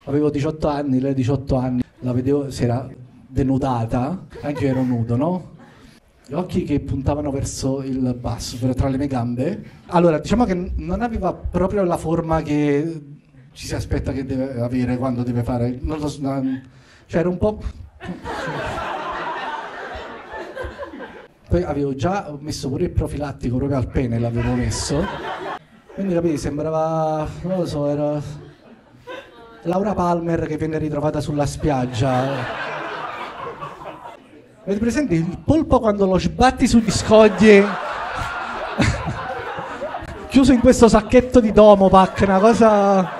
avevo 18 anni, lei 18 anni, la vedevo, si era denudata, anche io ero nudo, no? Gli occhi che puntavano verso il basso, tra le mie gambe. Allora, diciamo che non aveva proprio la forma che ci si aspetta che deve avere quando deve fare... Non lo so, cioè era un po'... Poi avevo già messo pure il profilattico, proprio al pene l'avevo messo. Quindi capì, sembrava, non lo so, era Laura Palmer che venne ritrovata sulla spiaggia. Avete presente il polpo quando lo sbatti sugli scogli? Chiuso in questo sacchetto di Domopac, una cosa...